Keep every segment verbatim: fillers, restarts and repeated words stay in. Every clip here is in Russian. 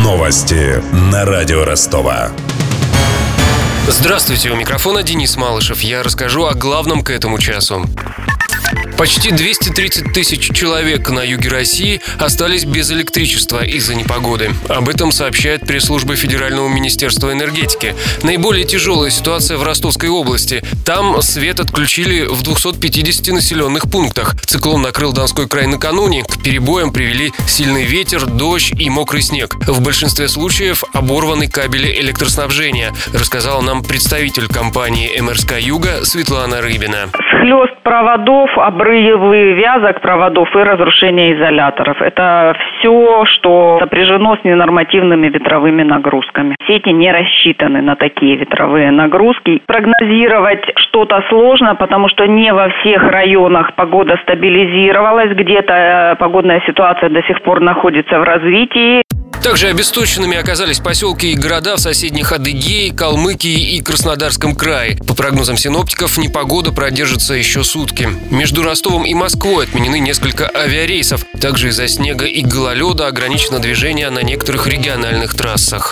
Новости на радио Ростова. Здравствуйте, у микрофона Денис Малышев. Я расскажу о главном к этому часу. Почти двести тридцать тысяч человек на юге России остались без электричества из-за непогоды. Об этом сообщает пресс-служба Федерального министерства энергетики. Наиболее тяжелая ситуация в Ростовской области. Там свет отключили в двухстах пятидесяти населенных пунктах. Циклон накрыл Донской край накануне. К перебоям привели сильный ветер, дождь и мокрый снег. В большинстве случаев оборваны кабели электроснабжения, рассказала нам представитель компании эм эр эс ка Юга Светлана Рыбина. Схлёст проводов, обрывы вязок проводов и разрушение изоляторов. Это все, что сопряжено с ненормативными ветровыми нагрузками. Сети не рассчитаны на такие ветровые нагрузки. Прогнозировать что-то сложно, потому что не во всех районах погода стабилизировалась. Где-то погодная ситуация до сих пор находится в развитии. Также обесточенными оказались поселки и города в соседних Адыгее, Калмыкии и Краснодарском крае. По прогнозам синоптиков, непогода продержится еще сутки. Между Ростовом и Москвой отменены несколько авиарейсов. Также из-за снега и гололеда ограничено движение на некоторых региональных трассах.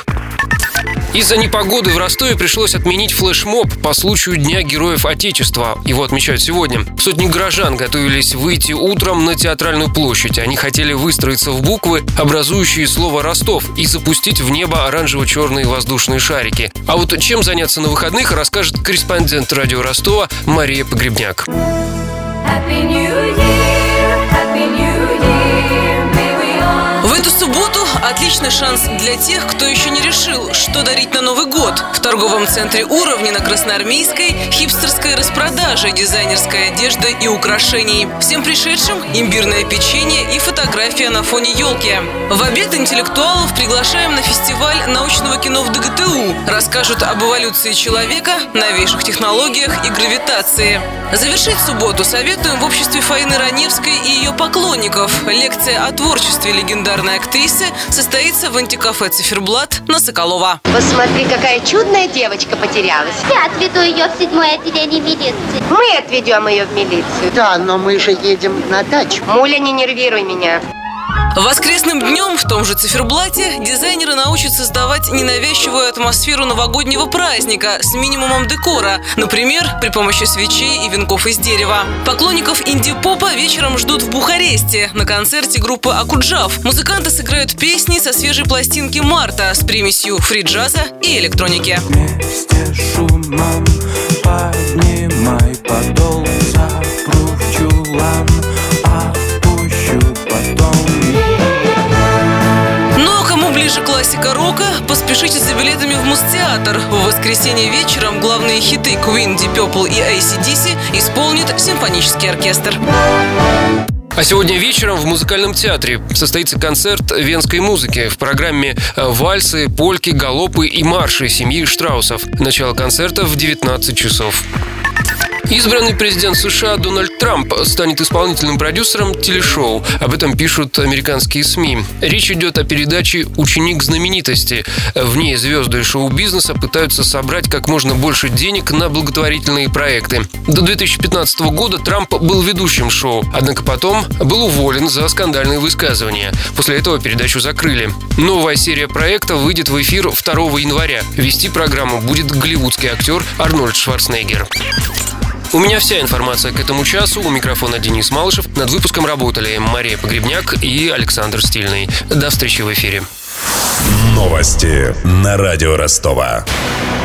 Из-за непогоды в Ростове пришлось отменить флешмоб по случаю Дня Героев Отечества. Его отмечают сегодня. Сотни горожан готовились выйти утром на Театральную площадь. Они хотели выстроиться в буквы, образующие слово «Ростов», и запустить в небо оранжево-черные воздушные шарики. А вот чем заняться на выходных, расскажет корреспондент радио Ростова Мария Погребняк. Happy New Year, Happy New Year, may we all... В эту субботу отличный шанс для тех, кто еще не решил, что дарить на Новый год. В торговом центре «Уровни» на Красноармейской хипстерская распродажа дизайнерской одежды и украшений. Всем пришедшим имбирное печенье и фотография на фоне елки. В обед интеллектуалов приглашаем на фестиваль научного кино в дэ гэ тэ у. Расскажут об эволюции человека, новейших технологиях и гравитации. Завершить субботу советуем в обществе Фаины Раневской и ее поклонников. Лекция о творчестве легендарной актрисы состоится в антикафе «Циферблат» на Соколова. Посмотри, какая чудная девочка потерялась. Я отведу ее в седьмое отделение милиции. Мы отведем ее в милицию. Да, но мы же едем на дачу. Муля, не нервируй меня. Воскресным днем в том же «Циферблате» дизайнеры научат создавать ненавязчивую атмосферу новогоднего праздника с минимумом декора. Например, при помощи свечей и венков из дерева. Поклонников инди-попа вечером ждут в Бухаресте на концерте группы «Акуджав». Музыканты сыграют песни со свежей пластинки «Марта» с примесью фри-джаза и электроники. Вместе шумом поднимай подол, запру в чулан, опущу потом. Ближе классика рока, поспешите за билетами в Мостеатр. В воскресенье вечером главные хиты Queen, Deep Purple и эй си/ди си исполнит симфонический оркестр. А сегодня вечером в музыкальном театре состоится концерт венской музыки. В программе вальсы, польки, галопы и марши семьи Штраусов. Начало концерта в девятнадцать часов. Избранный президент США Дональд Трамп станет исполнительным продюсером телешоу. Об этом пишут американские СМИ. Речь идет о передаче «Ученик знаменитости». В ней звезды шоу-бизнеса пытаются собрать как можно больше денег на благотворительные проекты. До две тысячи пятнадцатого года Трамп был ведущим шоу, однако потом был уволен за скандальные высказывания. После этого передачу закрыли. Новая серия проекта выйдет в эфир второго января. Вести программу будет голливудский актер Арнольд Шварценеггер. У меня вся информация к этому часу. У микрофона Денис Малышев. Над выпуском работали Мария Погребняк и Александр Стильный. До встречи в эфире. Новости на радио Ростова.